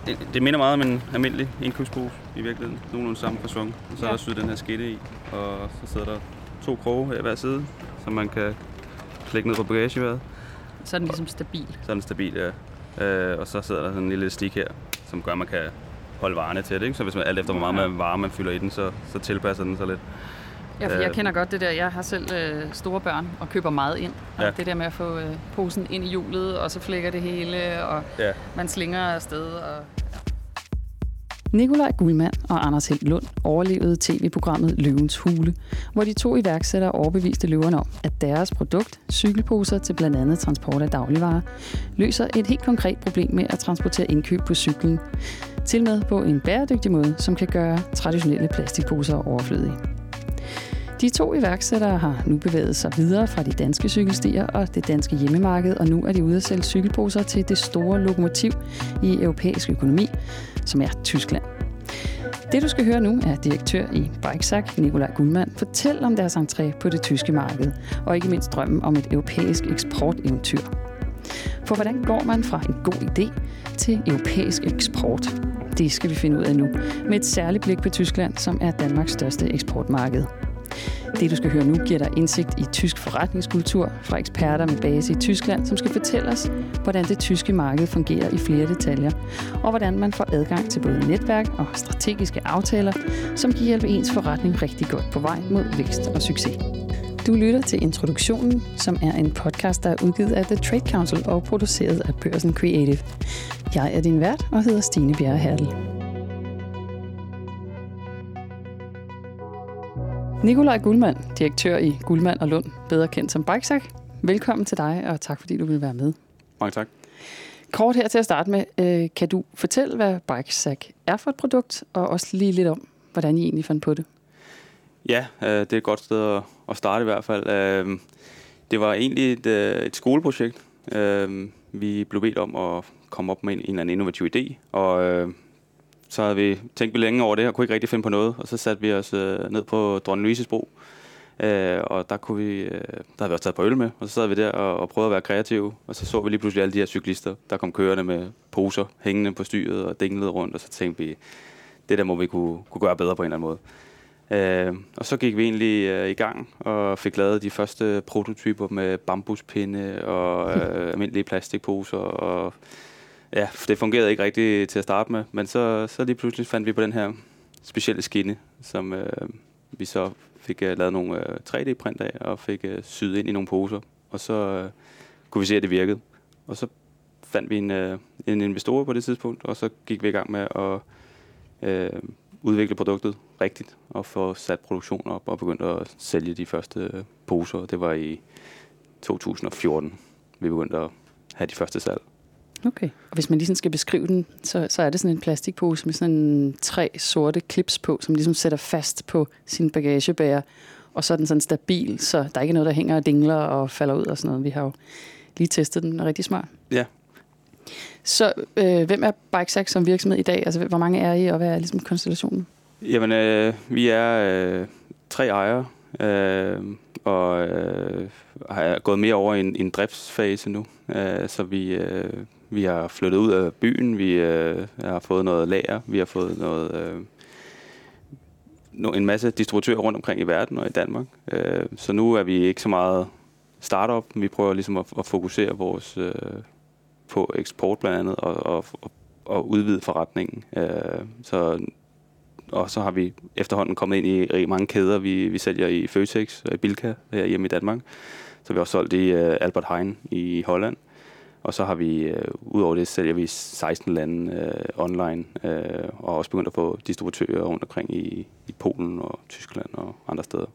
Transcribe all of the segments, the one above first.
Det minder meget om en almindelig indkøbspose i virkeligheden. Nogenlunde samme facon. Og så er der syet den her skitte i, og så sidder der 2 kroge af hver side, som man kan klikke ned på bagageværet. Så er den ligesom stabil? Så er den stabil, ja. Og så sidder der sådan en lille stik her, som gør, at man kan holde varerne til det, ikke? Så hvis man alt efter, hvor meget varer man fylder i den, så tilpasser den sig lidt. Ja, for jeg kender godt det der. Jeg har selv store børn og køber meget ind. Og ja. Det der med at få posen ind i hjulet, og så flækker det hele, og man slinger afsted. Og Nikolaj Guldmann og Anders Helt Lund overlevede tv-programmet Løvens Hule, hvor de 2 iværksættere overbeviste løverne om, at deres produkt, cykelposer til blandt andet transport af dagligvarer, løser et helt konkret problem med at transportere indkøb på cyklen, til med på en bæredygtig måde, som kan gøre traditionelle plastikposer overflødige. De 2 iværksættere har nu bevæget sig videre fra de danske cykelstier og det danske hjemmemarked, og nu er de ude at sælge cykelposer til det store lokomotiv i europæisk økonomi, som er Tyskland. Det du skal høre nu er direktør i Bikesack, Nikolaj Guldmann, fortælle om deres entré på det tyske marked, og ikke mindst drømmen om et europæisk eksporteventyr. For hvordan går man fra en god idé til europæisk eksport? Det skal vi finde ud af nu, med et særligt blik på Tyskland, som er Danmarks største eksportmarked. Det, du skal høre nu, giver dig indsigt i tysk forretningskultur fra eksperter med base i Tyskland, som skal fortælle os, hvordan det tyske marked fungerer i flere detaljer, og hvordan man får adgang til både netværk og strategiske aftaler, som kan hjælpe ens forretning rigtig godt på vej mod vækst og succes. Du lytter til Introduktionen, som er en podcast, der er udgivet af The Trade Council og produceret af Børsen Creative. Jeg er din vært og hedder Stine Bjerre Hertel. Nikolaj Guldmann, direktør i Guldmann og Lund, bedre kendt som Bikesack. Velkommen til dig, og tak fordi du vil være med. Mange tak. Kort her til at starte med, kan du fortælle, hvad Bikesack er for et produkt, og også lige lidt om, hvordan I egentlig fandt på det? Ja, det er et godt sted at starte i hvert fald. Det var egentlig et skoleprojekt. Vi blev bedt om at komme op med en eller anden innovativ idé, og så havde vi tænkt længe over det, og kunne ikke rigtig finde på noget. Og så satte vi os ned på Dronning Louises Bro, og der havde vi også taget på øl med, og så sad vi der og prøvede at være kreative. Og så vi lige pludselig alle de her cyklister, der kom kørende med poser hængende på styret og dinglede rundt, og så tænkte vi, det der må vi kunne gøre bedre på en eller anden måde. Og så gik vi egentlig i gang og fik lavet de første prototyper med bambuspinde og almindelige plastikposer. Og ja, det fungerede ikke rigtigt til at starte med, men så lige pludselig fandt vi på den her specielle skinne, som vi så fik lavet nogle 3D-print af og fik syet ind i nogle poser. Og så kunne vi se, at det virkede. Og så fandt vi en investor på det tidspunkt, og så gik vi i gang med at udvikle produktet rigtigt og få sat produktion op og begyndt at sælge de første poser. Det var i 2014, vi begyndte at have de første salg. Okay, og hvis man ligesom skal beskrive den, så er det sådan en plastikpose med sådan 3 sorte clips på, som ligesom sætter fast på sin bagagebærer, og så er den sådan stabil, så der er ikke noget, der hænger og dingler og falder ud og sådan noget. Vi har jo lige testet den, er rigtig smart. Ja. Så hvem er Bikesack som virksomhed i dag? Altså, hvor mange er I, og hvad er ligesom konstellationen? Jamen, vi er 3 ejere, og har gået mere over i en driftsfase nu. Så vi har flyttet ud af byen, vi har fået noget lager, vi har fået en masse distributører rundt omkring i verden og i Danmark. Så nu er vi ikke så meget startup, vi prøver ligesom at fokusere vores på eksport blandt andet og udvide forretningen. Og så har vi efterhånden kommet ind i mange kæder. Vi sælger i Føtex og i Bilka hjemme i Danmark. Så vi har også solgt i Albert Heijn i Holland. Og så har vi, udover det, sælger vi 16 lande online, og også begyndt at få distributører rundt omkring i Polen og Tyskland og andre steder.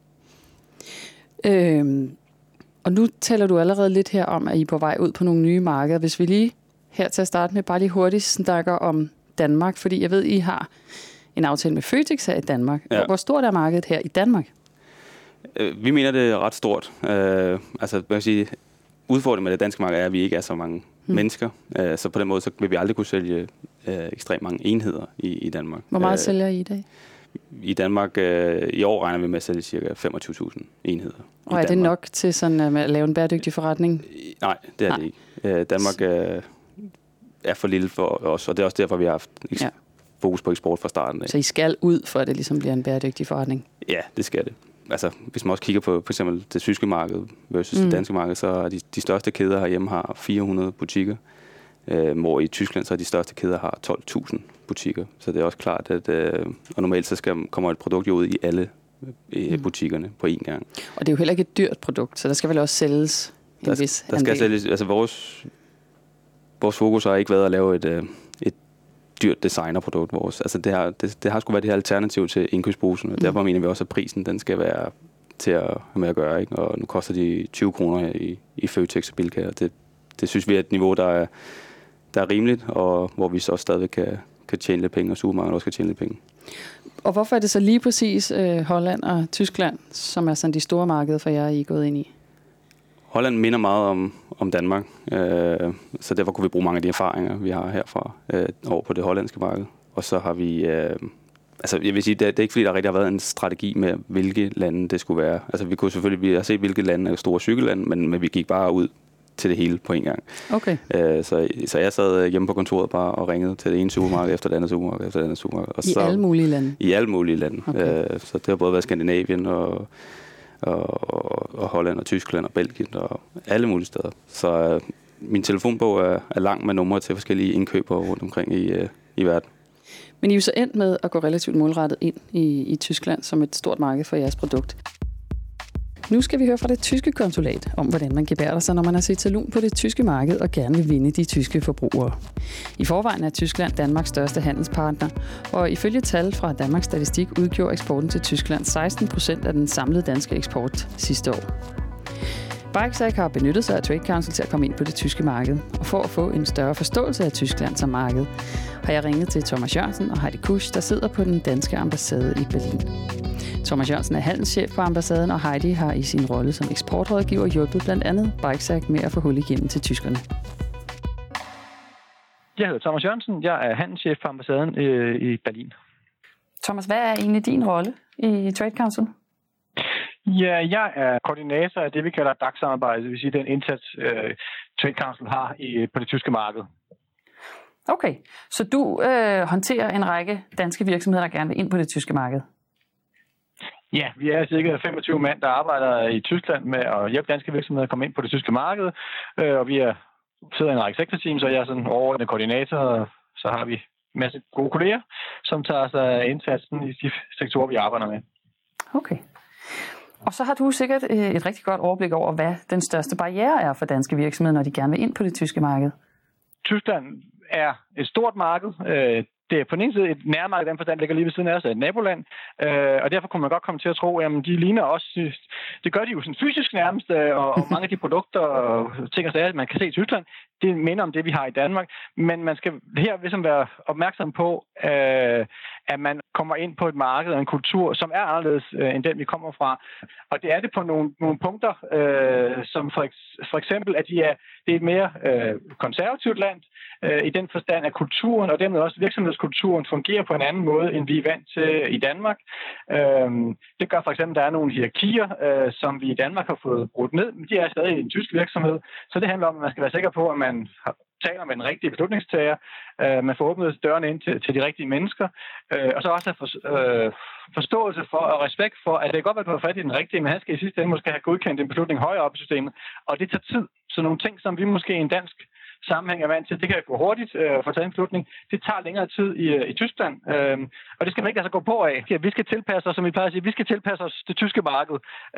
Og nu taler du allerede lidt her om, at I er på vej ud på nogle nye markeder. Hvis vi lige her til at starte med bare lige hurtigt snakker om Danmark, fordi jeg ved, I har en aftale med Føtex her i Danmark. Ja. Hvor stort er markedet her i Danmark? Vi mener, det er ret stort. Altså, man kan sige, udfordringen med det danske marked er, at vi ikke er så mange mennesker. Så på den måde så vil vi aldrig kunne sælge ekstremt mange enheder i Danmark. Hvor meget sælger I i dag? I Danmark i år regner vi med at sælge ca. 25.000 enheder. Og er det nok til sådan at lave en bæredygtig forretning? Nej, det er det ikke. Danmark er for lille for os, og det er også derfor, vi har haft fokus på eksport fra starten af. Så I skal ud, for at det ligesom bliver en bæredygtig forretning? Ja, det skal det. Altså, hvis man også kigger på for eksempel det tyske marked versus det danske marked, så er de største kæder herhjemme har 400 butikker, hvor i Tyskland så de største kæder har 12.000 butikker. Så det er også klart, at og normalt så kommer et produkt jo ud i alle butikkerne på én gang. Og det er jo heller ikke et dyrt produkt, så der skal vel også sælges en vis andel? Der skal sælges, altså vores fokus har ikke været at lave et dyrt designerprodukt. Altså det har sgu været det her alternativ til indkøbsposen, og derfor mener vi også, at prisen den skal være til at have med at gøre. Ikke? Og nu koster de 20 kroner i Føtex og Bilka, og det synes vi er et niveau, der er rimeligt, og hvor vi så stadig kan tjene lidt penge, og supermarkedet også kan tjene lidt penge. Og hvorfor er det så lige præcis Holland og Tyskland, som er sådan de store markeder for jer, I er gået ind i? Holland minder meget om Danmark, så derfor kunne vi bruge mange af de erfaringer, vi har herfra, over på det hollandske marked. Og så har vi, altså jeg vil sige, det er ikke fordi, der rigtig har været en strategi med, hvilke lande det skulle være. Altså vi har set, hvilke lande er store cykellande, men vi gik bare ud til det hele på en gang. Okay. Så jeg sad hjemme på kontoret bare og ringede til det ene supermarked efter det andet supermarked efter det andet supermarked. Og I alle mulige lande? I alle mulige lande. Okay. Så det har både været Skandinavien og Holland og Tyskland og Belgien og alle mulige steder. Så min telefonbog er lang med numre til forskellige indkøbere rundt omkring i verden. Men I er jo så endt med at gå relativt målrettet ind i Tyskland som et stort marked for jeres produkt. Nu skal vi høre fra det tyske konsulat om, hvordan man gebærder sig, når man har set salon på det tyske marked og gerne vil vinde de tyske forbrugere. I forvejen er Tyskland Danmarks største handelspartner, og ifølge tal fra Danmarks Statistik udgjorde eksporten til Tyskland 16% af den samlede danske eksport sidste år. Bikesack har benyttet sig af Trade Council til at komme ind på det tyske marked, og for at få en større forståelse af Tyskland som marked, har jeg ringet til Thomas Jørgensen og Heidi Kusch, der sidder på den danske ambassade i Berlin. Thomas Jørgensen er handelschef på ambassaden, og Heidi har i sin rolle som eksportrådgiver hjulpet blandt andet Bikesack med at få hul igennem til tyskerne. Jeg hedder Thomas Jørgensen. Jeg er handelschef på ambassaden i Berlin. Thomas, hvad er egentlig din rolle i Trade Council? Ja, jeg er koordinator af det, vi kalder DACH-samarbejdet, det vil sige den indsats, Trade Council har på det tyske marked. Okay, så du håndterer en række danske virksomheder, der gerne vil ind på det tyske marked? Ja, vi er cirka 25 mand, der arbejder i Tyskland med at hjælpe danske virksomheder at komme ind på det tyske marked, og vi sidder i en række sektorteams, og jeg er sådan overordnet koordinator, og så har vi en masse gode kolleger, som tager sig af indsatsen i de sektorer, vi arbejder med. Okay. Og så har du sikkert et rigtig godt overblik over, hvad den største barriere er for danske virksomheder, når de gerne vil ind på det tyske marked. Tyskland er et stort marked. Det er på den ene side et nærmarked, den forstand ligger lige ved siden af os, et naboland. Og derfor kunne man godt komme til at tro, at de ligner også, det gør de jo sådan fysisk nærmest, og mange af de produkter og ting og sager, man kan se i Tyskland, det minder om det, vi har i Danmark. Men man skal her ligesom være opmærksom på, at man kommer ind på et marked og en kultur, som er anderledes end den, vi kommer fra. Og det er det på nogle punkter, som for eksempel, at det er et mere konservativt land, i den forstand af kulturen, og dermed også virksomhedskulturen fungerer på en anden måde, end vi er vant til i Danmark. Det gør for eksempel, at der er nogle hierarkier, som vi i Danmark har fået brudt ned, men de er stadig i en tysk virksomhed. Så det handler om, at man skal være sikker på, at man taler med den rigtige beslutningstager, man får åbnet dørene ind til de rigtige mennesker, og så også forståelse for og respekt for, at det er godt, at du har fat i den rigtige, men han skal i sidste ende måske have godkendt en beslutning højere op i systemet, og det tager tid. Så nogle ting, som vi måske i en dansk sammenhæng er vant til, det kan gå hurtigt for at tage en beslutning. Det tager længere tid i Tyskland, og det skal man ikke altså gå på af. Ja, vi skal tilpasse os, som vi plejer at sige, vi skal tilpasse os det tyske marked.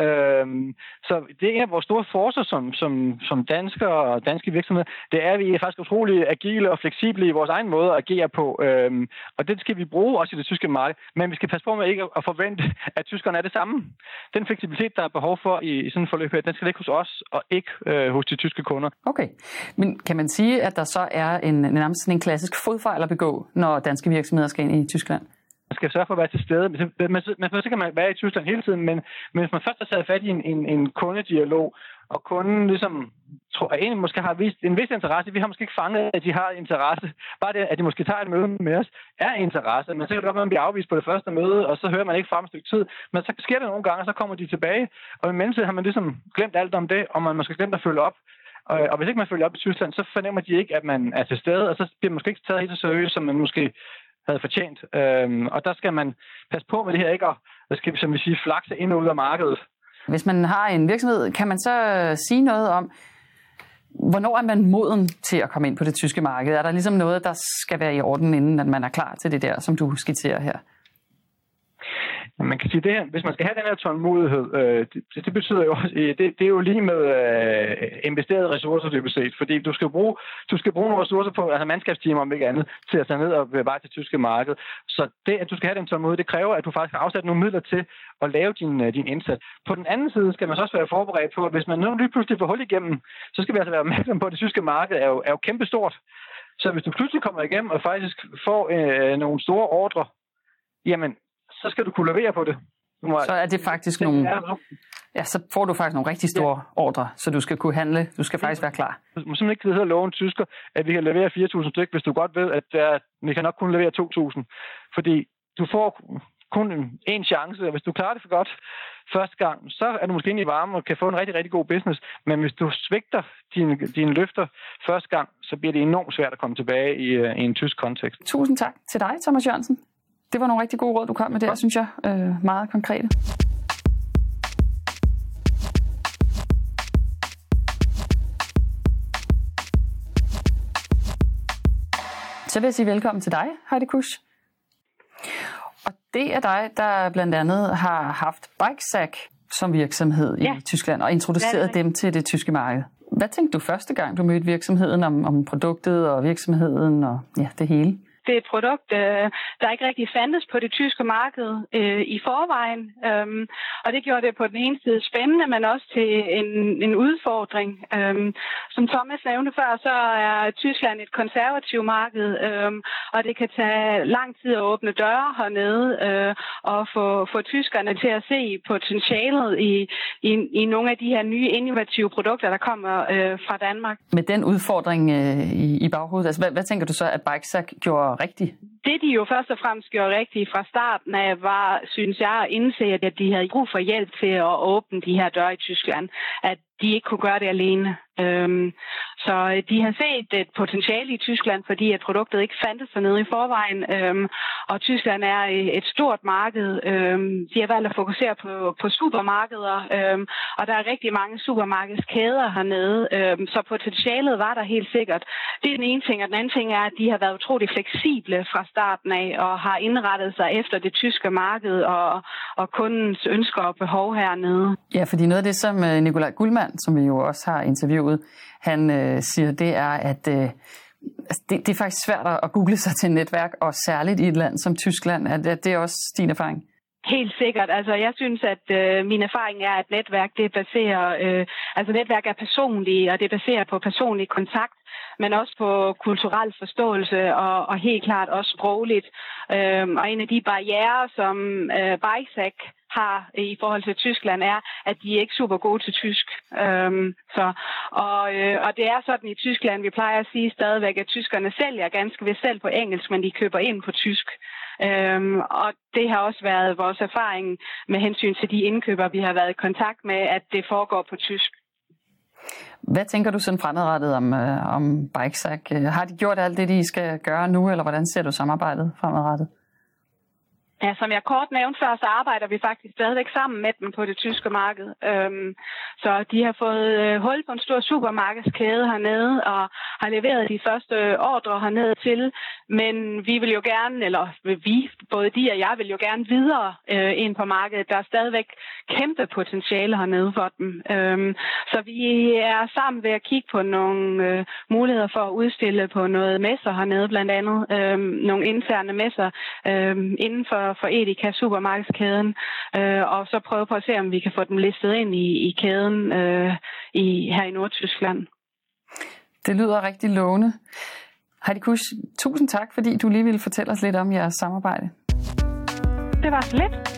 Så det er vores store force som danskere og danske virksomheder. Det er, at vi er faktisk utrolig agile og fleksible i vores egen måde at agere på, og det skal vi bruge også i det tyske marked. Men vi skal passe på med ikke at forvente, at tyskerne er det samme. Den fleksibilitet, der er behov for i sådan en forløb her, den skal ligge hos os og ikke hos de tyske kunder. Okay, men kan man sige, at der så er nærmest en klassisk fodfejl at begå, når danske virksomheder skal ind i Tyskland? Man skal sørge for at være til stede. Man kan man være i Tyskland hele tiden, men hvis man først har taget fat i en kundedialog, og kunden ligesom, egentlig måske har vist en vis interesse, vi har måske ikke fanget, at de har interesse. Bare det, at de måske tager et møde med os, er interesse. Men så kan det godt være, at man bliver afvist på det første møde, og så hører man ikke fra et stykke tid. Men så sker det nogle gange, og så kommer de tilbage, og i mellemtiden har man ligesom glemt alt om det, og man måske glemt at følge op. Og hvis ikke man følger op i Tyskland, så fornemmer de ikke, at man er til stede, og så bliver man måske ikke taget helt så seriøst, som man måske havde fortjent. Og der skal man passe på med det her, ikke? Og der skal vi, som vi siger, flakse ind og ud af markedet. Hvis man har en virksomhed, kan man så sige noget om, hvornår er man moden til at komme ind på det tyske marked? Er der ligesom noget, der skal være i orden, inden at man er klar til det der, som du skitserer her? Man kan sige det her, hvis man skal have den her tålmodighed, det betyder jo også, det er jo lige med investerede ressourcer, det vil set, fordi du skal bruge nogle ressourcer på, altså mandskabstimer om ikke andet, til at tage ned og bevare til det tyske marked. Så det, at du skal have den tålmodighed, det kræver, at du faktisk har afsat nogle midler til at lave din indsats. På den anden side skal man så også være forberedt på, at hvis man nu lige pludselig får hul igennem, så skal vi altså være opmærksom på, at det tyske marked er jo kæmpestort. Så hvis du pludselig kommer igennem og faktisk får nogle store ordre, jamen, så skal du kunne levere på det. Så er det faktisk så får du faktisk nogle rigtig store ordre, så du skal kunne handle. Du skal faktisk være klar. Du må simpelthen ikke sidde og love en tysker, at vi kan levere 4.000 stykker, hvis du godt ved, at vi kan nok kun levere 2.000. Fordi du får kun én chance, og hvis du klarer det for godt første gang, så er du måske inde i varme og kan få en rigtig, rigtig god business. Men hvis du svigter dine løfter første gang, så bliver det enormt svært at komme tilbage i en tysk kontekst. Tusind tak til dig, Thomas Jørgensen. Det var nogle rigtig gode råd, du kom med der, synes jeg. Meget konkrete. Så vil jeg sige velkommen til dig, Heidi Kusch. Og det er dig, der blandt andet har haft Bikesack som virksomhed i Tyskland og introduceret dem til det tyske marked. Hvad tænkte du første gang, du mødte virksomheden om produktet og virksomheden og det hele? Det er et produkt, der ikke rigtig fandtes på det tyske marked i forvejen. Og det gjorde det på den ene side spændende, men også til en udfordring. Som Thomas nævnte før, så er Tyskland et konservativt marked, og det kan tage lang tid at åbne døre hernede og få tyskerne til at se potentialet i nogle af de her nye innovative produkter, der kommer fra Danmark. Med den udfordring i baghovedet, altså hvad tænker du så, at Bikesack gjorde rigtigt? Det, de jo først og fremmest gjorde rigtigt fra starten af, var, synes jeg, at indse, at de havde brug for hjælp til at åbne de her døre i Tyskland. At de ikke kunne gøre det alene. Så de har set et potentiale i Tyskland, fordi at produktet ikke fandtes dernede i forvejen. Og Tyskland er et stort marked. De har valgt at fokusere på supermarkeder, og der er rigtig mange supermarkedskæder hernede. Så potentialet var der helt sikkert. Det er den ene ting, og den anden ting er, at de har været utrolig fleksible fra starten af, og har indrettet sig efter det tyske marked og kundens ønsker og behov hernede. Ja, fordi noget af det, som Nikolaj Gullmann, som vi jo også har interviewet, han siger, det er, at det er faktisk svært at google sig til et netværk, og særligt i et land som Tyskland. Det er også din erfaring? Helt sikkert. Altså, jeg synes, at min erfaring er, at netværk, netværk er personlige, og det er baseret på personlig kontakt, men også på kulturel forståelse og helt klart også sprogligt. Og en af de barrierer, som Bikesack har i forhold til Tyskland, er, at de er ikke super gode til tysk. Og det er sådan i Tyskland, vi plejer at sige stadigvæk, at tyskerne sælger ganske vist selv på engelsk, men de køber ind på tysk. Og det har også været vores erfaring med hensyn til de indkøbere, vi har været i kontakt med, at det foregår på tysk. Hvad tænker du sådan fremadrettet om Bikesack? Har de gjort alt det, de skal gøre nu, eller hvordan ser du samarbejdet fremadrettet? Ja, som jeg kort nævnte før, så arbejder vi faktisk stadigvæk sammen med dem på det tyske marked. Så de har fået hul på en stor supermarkedskæde hernede og har leveret de første ordre hernede til. Men vi vil jo gerne, eller både de og jeg vil jo gerne videre ind på markedet. Der er stadigvæk kæmpe potentiale hernede for dem. Så vi er sammen ved at kigge på nogle muligheder for at udstille på noget messer hernede, blandt andet nogle interne messer inden for Edeka supermarkedskæden, og så prøve på at se, om vi kan få dem listet ind i kæden her i Nordtyskland. Det lyder rigtig lovende. Heidi Kusch, tusind tak, fordi du lige ville fortælle os lidt om jeres samarbejde. Det var så lidt.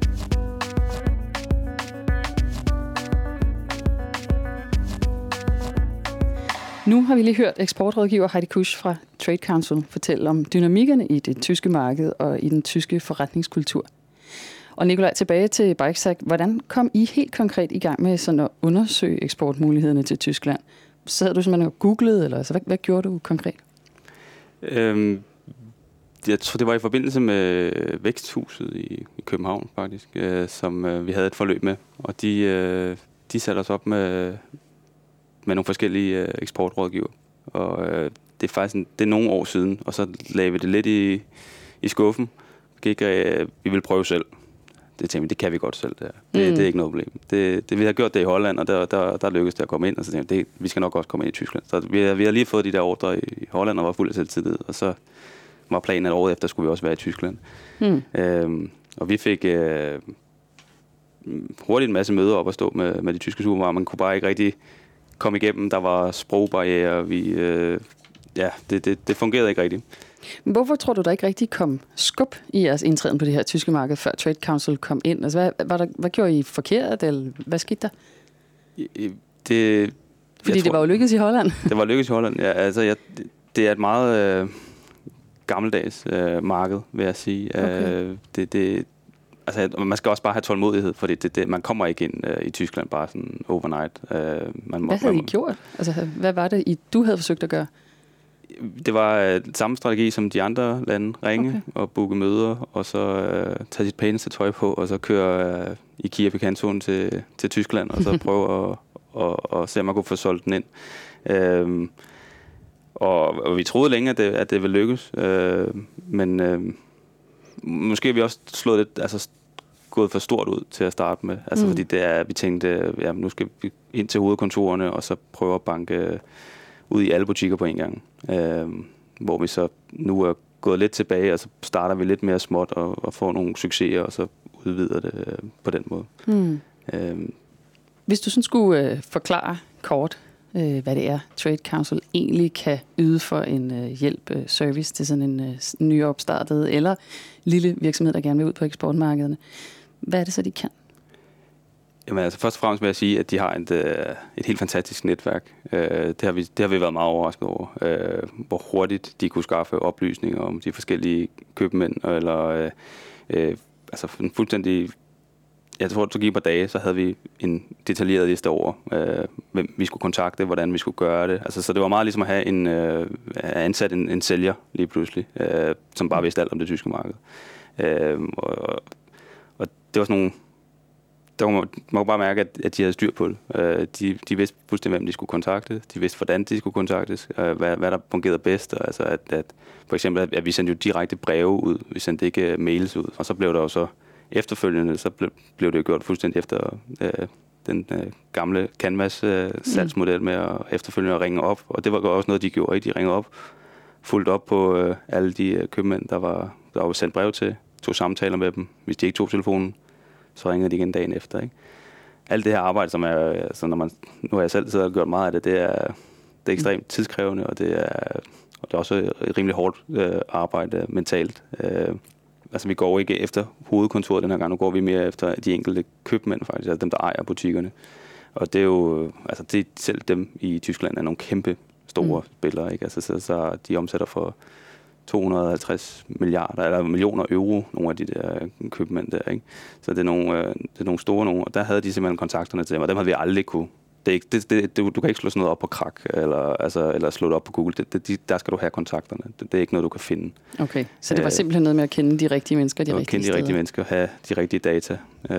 Nu har vi lige hørt eksportrådgiver Heidi Kusch fra Trade Council fortælle om dynamikkerne i det tyske marked og i den tyske forretningskultur. Og Nikolaj, tilbage til Bikesack. Hvordan kom I helt konkret i gang med sådan at undersøge eksportmulighederne til Tyskland? sad du simpelthen og googlede, eller altså, hvad gjorde du konkret? Jeg tror, det var i forbindelse med Væksthuset i København, faktisk, som vi havde et forløb med. Og de satte os op med nogle forskellige eksportrådgiver. Og det er faktisk det er nogle år siden, og så lagde vi det lidt i skuffen. Vi ville prøve selv. Det tænkte vi, det kan vi godt selv. Det er ikke noget problem. Vi har gjort det i Holland, og der lykkedes det at komme ind. Og så tænkte vi, vi skal nok også komme ind i Tyskland. Så vi har lige fået de der ordre i Holland og var fuld af selvtillid. Og så var planen, at året efter skulle vi også være i Tyskland. Og vi fik hurtigt en masse møder op at stå med de tyske supermarkeder. Man kunne bare ikke rigtig komme igennem. Der var sprogbarrierer. Det fungerede ikke rigtigt. Hvorfor tror du, der ikke rigtig kom skub i jeres indtræden på det her tyske marked, før Trade Council kom ind? Altså, hvad gjorde I forkert, eller hvad skete der? Det var jo lykkedes i Holland. Det var lykkedes i Holland, ja. Altså, det er et meget gammeldags marked, vil jeg sige. Okay. Altså, man skal også bare have tålmodighed, fordi man kommer ikke ind i Tyskland bare sådan overnight. Hvad havde I gjort? Altså, hvad var det, du havde forsøgt at gøre? Det var samme strategi som de andre lande. Ringe og booke møder, og så tage sit pæneste tøj på, og så køre i Kia Picantoen til Tyskland, og så prøve at se, om man kunne få solgt den ind. Og vi troede længe, at det ville lykkes. Men måske har vi også slået lidt, altså gået for stort ud til at starte med. Altså fordi vi tænkte, nu skal vi ind til hovedkontorerne, og så prøve at banke ud i alle butikker på en gang. Hvor vi så nu er gået lidt tilbage, og så starter vi lidt mere småt og får nogle succeser, og så udvider det på den måde. Hvis du sådan skulle forklare kort, hvad det er, Trade Council egentlig kan yde for en hjælp, service til sådan en nyopstartet eller lille virksomhed, der gerne vil ud på eksportmarkederne. Hvad er det så, de kan? Jamen altså først og fremmest vil jeg sige, at de har et helt fantastisk netværk. Det har vi været meget overrasket over, hvor hurtigt de kunne skaffe oplysninger om de forskellige købmænd, eller altså en fuldstændig. Jeg tror, det tog et par dage, så havde vi en detaljeret liste over, hvem vi skulle kontakte, hvordan vi skulle gøre det. Altså, så det var meget ligesom at have ansat en sælger lige pludselig, som bare vidste alt om det tyske marked. Og det var sådan nogle. Man kunne bare mærke, at de havde styr på det. De vidste fuldstændig, hvem de skulle kontakte. De vidste, hvordan de skulle kontaktes. Hvad der fungerede bedst. Altså at for eksempel, at vi sendte jo direkte breve ud. Vi sendte ikke mails ud. Og så blev der jo så efterfølgende, så blev det jo gjort fuldstændig efter den gamle Canvas-salgsmodel med at efterfølgende at ringe op. Og det var også noget, de gjorde. Ikke? De ringede op, fulgte op på alle de købmænd, der var sendt brev til. Tog samtaler med dem. Hvis de ikke tog telefonen, så ringede de igen dagen efter. Ikke? Alt det her arbejde, som er, altså nu har jeg selv siddet og gjort meget af det, det er ekstremt tidskrævende, og det er også et rimelig hårdt arbejde mentalt. Altså vi går ikke efter hovedkontoret den her gang, nu går vi mere efter de enkelte købmænd faktisk, altså dem, der ejer butikkerne. Og det er jo, altså selv dem i Tyskland er nogle kæmpe store spillere, ikke? Altså så de omsætter for 250 millioner euro, nogle af de der købmænd der, ikke? Så det er nogle store nogle, og der havde de simpelthen kontakterne til dem, og dem havde vi aldrig kunne. Du kan ikke slå sådan noget op på Krak, eller slå det op på Google. Der skal du have kontakterne. Det er ikke noget, du kan finde. Okay, så det var simpelthen noget med at kende de rigtige mennesker, de rigtige steder? Kende de rigtige mennesker, have de rigtige data.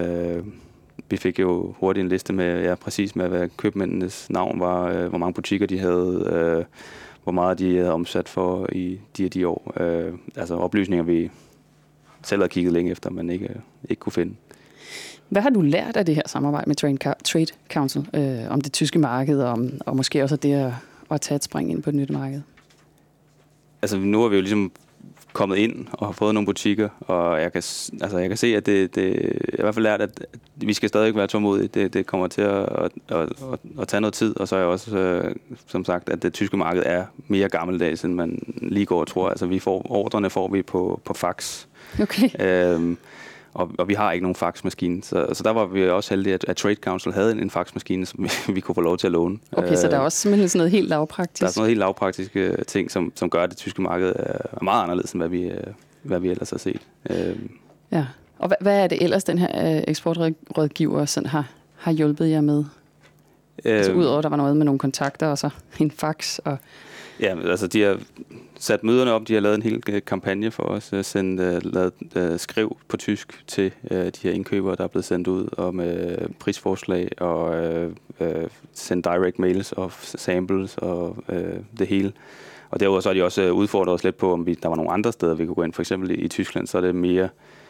Vi fik jo hurtigt en liste med, præcis med, hvad købmændenes navn var, hvor mange butikker de havde, hvor meget de havde omsat for i de år. Altså oplysninger, vi selv havde kigget længe efter, men ikke kunne finde. Hvad har du lært af det her samarbejde med Trade Council om det tyske marked, og måske også det at tage et spring ind på et nyt marked? Altså nu har vi jo ligesom kommet ind og har fået nogle butikker, og jeg kan se, at jeg har i hvert fald lært, at vi skal stadig være tålmodige. Det kommer til at tage noget tid, og så er jeg også, som sagt, at det tyske marked er mere gammeldags, end man lige går og tror. Altså ordrene får vi på fax. Okay. Og vi har ikke nogen faxmaskine, så der var vi også heldige, at Trade Council havde en faxmaskine, som vi kunne få lov til at låne. Okay, så der er også simpelthen sådan noget helt lavpraktisk? Der er sådan noget helt lavpraktiske ting, som gør, at det tyske marked er meget anderledes, end hvad vi ellers har set. Ja, og hvad er det ellers, den her eksportrådgiver sådan har hjulpet jer med? Altså udover, der var noget med nogle kontakter, og så en fax. Og... Ja, altså de har sat møderne op, de har lavet en hel kampagne for os, lavet skriv på tysk til de her indkøbere, der er blevet sendt ud, og med prisforslag, og sendt direct mails og samples, og det hele. Og derudover så har de også udfordret os lidt på, om der var nogle andre steder, vi kunne gå ind. For eksempel i Tyskland, så er det mere...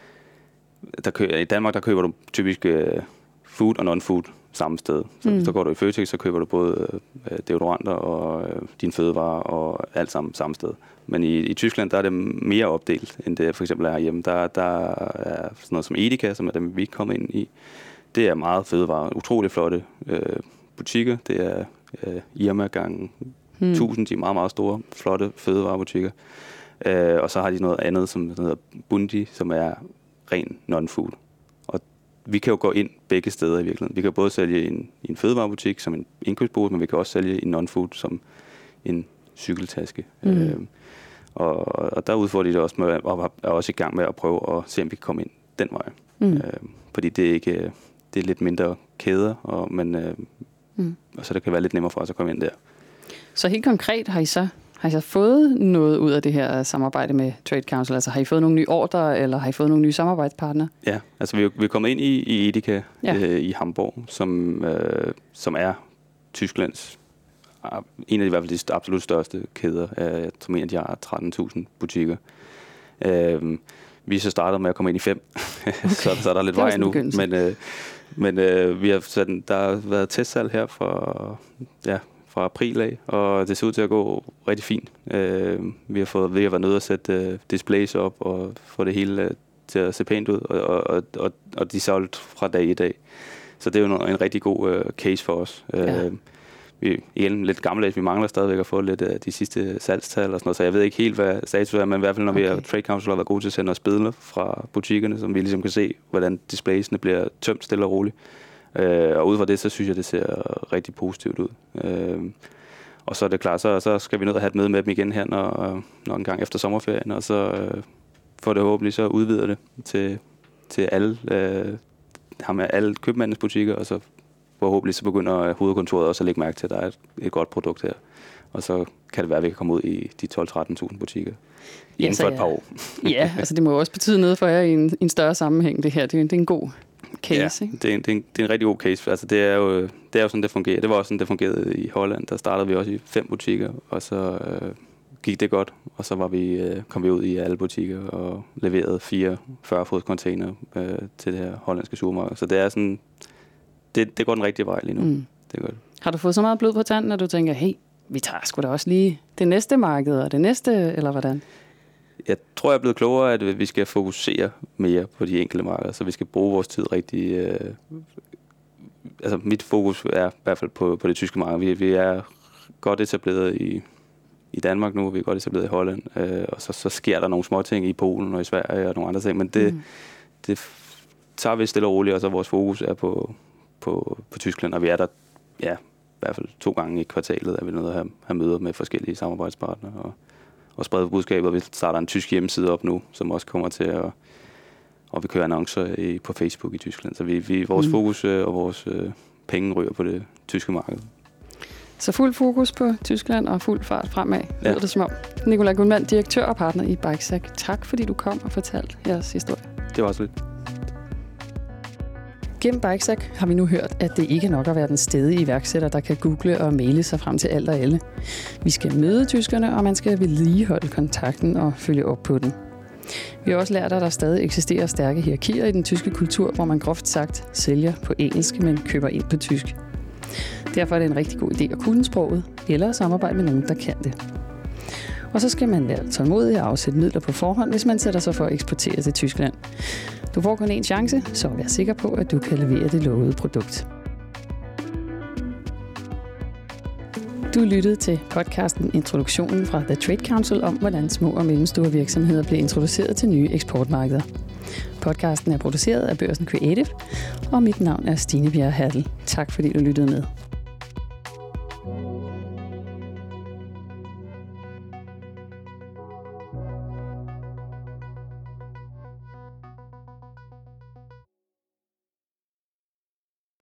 I Danmark, der køber du typisk food og non-food samme sted. Så går du i Føtex, så køber du både deodoranter og dine fødevarer og alt sammen samme sted. Men i Tyskland, der er det mere opdelt, end det for eksempel er hjemme. Der er sådan noget som Edeka, som er dem, vi er kommet ind i. Det er meget fødevarer. Utrolig flotte butikker. Det er Irma gange 1000, de er meget, meget store, flotte fødevarebutikker. Og så har de noget andet, som hedder Bundi, som er ren non-food. Og vi kan jo gå ind begge steder i virkeligheden. Vi kan både sælge i en fødevarebutik som en indkøbsbod, men vi kan også sælge i non-food som en cykeltaske. Og der udfordrer de det også med, og er også i gang med at prøve at se, om vi kan komme ind den vej. Fordi det er ikke, det er lidt mindre kæder, og så det kan være lidt nemmere for os at komme ind der. Så helt konkret har I så fået noget ud af det her samarbejde med Trade Council? Altså har I fået nogle nye ordrer, eller har I fået nogle nye samarbejdspartnere? Ja, altså vi er kommet ind i Edeka i Hamburg, som er Tysklands en af de, i hvert fald de absolut største kæder. Jeg tror, de har 13.000 butikker. Vi er så startet med at komme ind i 5, okay. så er der lidt vej endnu. Men vi har der har været testsalg her fra april af, og det ser ud til at gå rigtig fint. Vi har været nødt at sætte displays op og få det hele til at se pænt ud, og de er solgt fra dag i dag. Så det er jo en rigtig god case for os. Vi er igen lidt gammeldags, vi mangler stadigvæk at få lidt af de sidste salgstal og sådan noget, så jeg ved ikke helt, hvad status er, men i hvert fald, når vi har Trade Council har været gode til at sende os billeder fra butikkerne, som vi ligesom kan se, hvordan displaysene bliver tømt stille og roligt. Og ud fra det, så synes jeg, det ser rigtig positivt ud. Og så er det klart, så skal vi nødt at have et møde med dem igen her, når en gang efter sommerferien, og så får det håbentlig så udvider det til alle købmandens butikker, og så forhåbentlig så begynder hovedkontoret også at lægge mærke til, at der er et godt produkt her. Og så kan det være, at vi kan komme ud i de 12-13.000 butikker inden for et par år. Ja, altså det må også betyde noget for jer i en større sammenhæng, det her. Det er en god case, ikke? Det er en rigtig god case. Altså det er jo sådan, det fungerer. Det var også sådan, det fungerede i Holland. Der startede vi også i 5 butikker, og så gik det godt. Og så kom vi ud i alle butikker og leverede 4 40-fods container til det her hollandske supermarked. Så det er sådan... Det går den rigtige vej lige nu. Det er godt. Har du fået så meget blod på tanden, at du tænker, hey, vi tager sgu da også lige det næste marked og det næste, eller hvordan? Jeg tror, jeg er blevet klogere, at vi skal fokusere mere på de enkelte markeder, så vi skal bruge vores tid rigtig... altså mit fokus er i hvert fald på det tyske marked. Vi er godt etableret i Danmark nu, vi er godt etableret i Holland, og så sker der nogle små ting i Polen og i Sverige og nogle andre ting, men det tager vi stille og roligt, og så vores fokus er på Tyskland, og vi er der i hvert fald 2 gange i kvartalet, er vi nødt til at have møder med forskellige samarbejdspartnere og sprede budskaber. Vi starter en tysk hjemmeside op nu, som også kommer til og vi kører annoncer på Facebook i Tyskland. Så vores fokus og vores penge ryger på det tyske marked. Så fuld fokus på Tyskland og fuld fart fremad, lyder det som om. Nikolaj Guldmann, direktør og partner i Bikesack. Tak fordi du kom og fortalte jeres historie. Det var også lidt. Gennem Bikesack har vi nu hørt, at det ikke er nok at være den stedige iværksætter, der kan google og maile sig frem til alt og alle. Vi skal møde tyskerne, og man skal vedligeholde kontakten og følge op på den. Vi har også lært, at der stadig eksisterer stærke hierarkier i den tyske kultur, hvor man groft sagt sælger på engelsk, men køber ind på tysk. Derfor er det en rigtig god idé at kunne sproget, eller samarbejde med nogen, der kan det. Og så skal man være tålmodig og afsætte midler på forhånd, hvis man sætter sig for at eksportere til Tyskland. Du får kun én chance, så vær sikker på, at du kan levere det lovede produkt. Du lyttede til podcasten Introduktionen fra The Trade Council om, hvordan små og mellemstore virksomheder bliver introduceret til nye eksportmarkeder. Podcasten er produceret af Børsen Creative, og mit navn er Stine Bjerre Hertel. Tak fordi du lyttede med.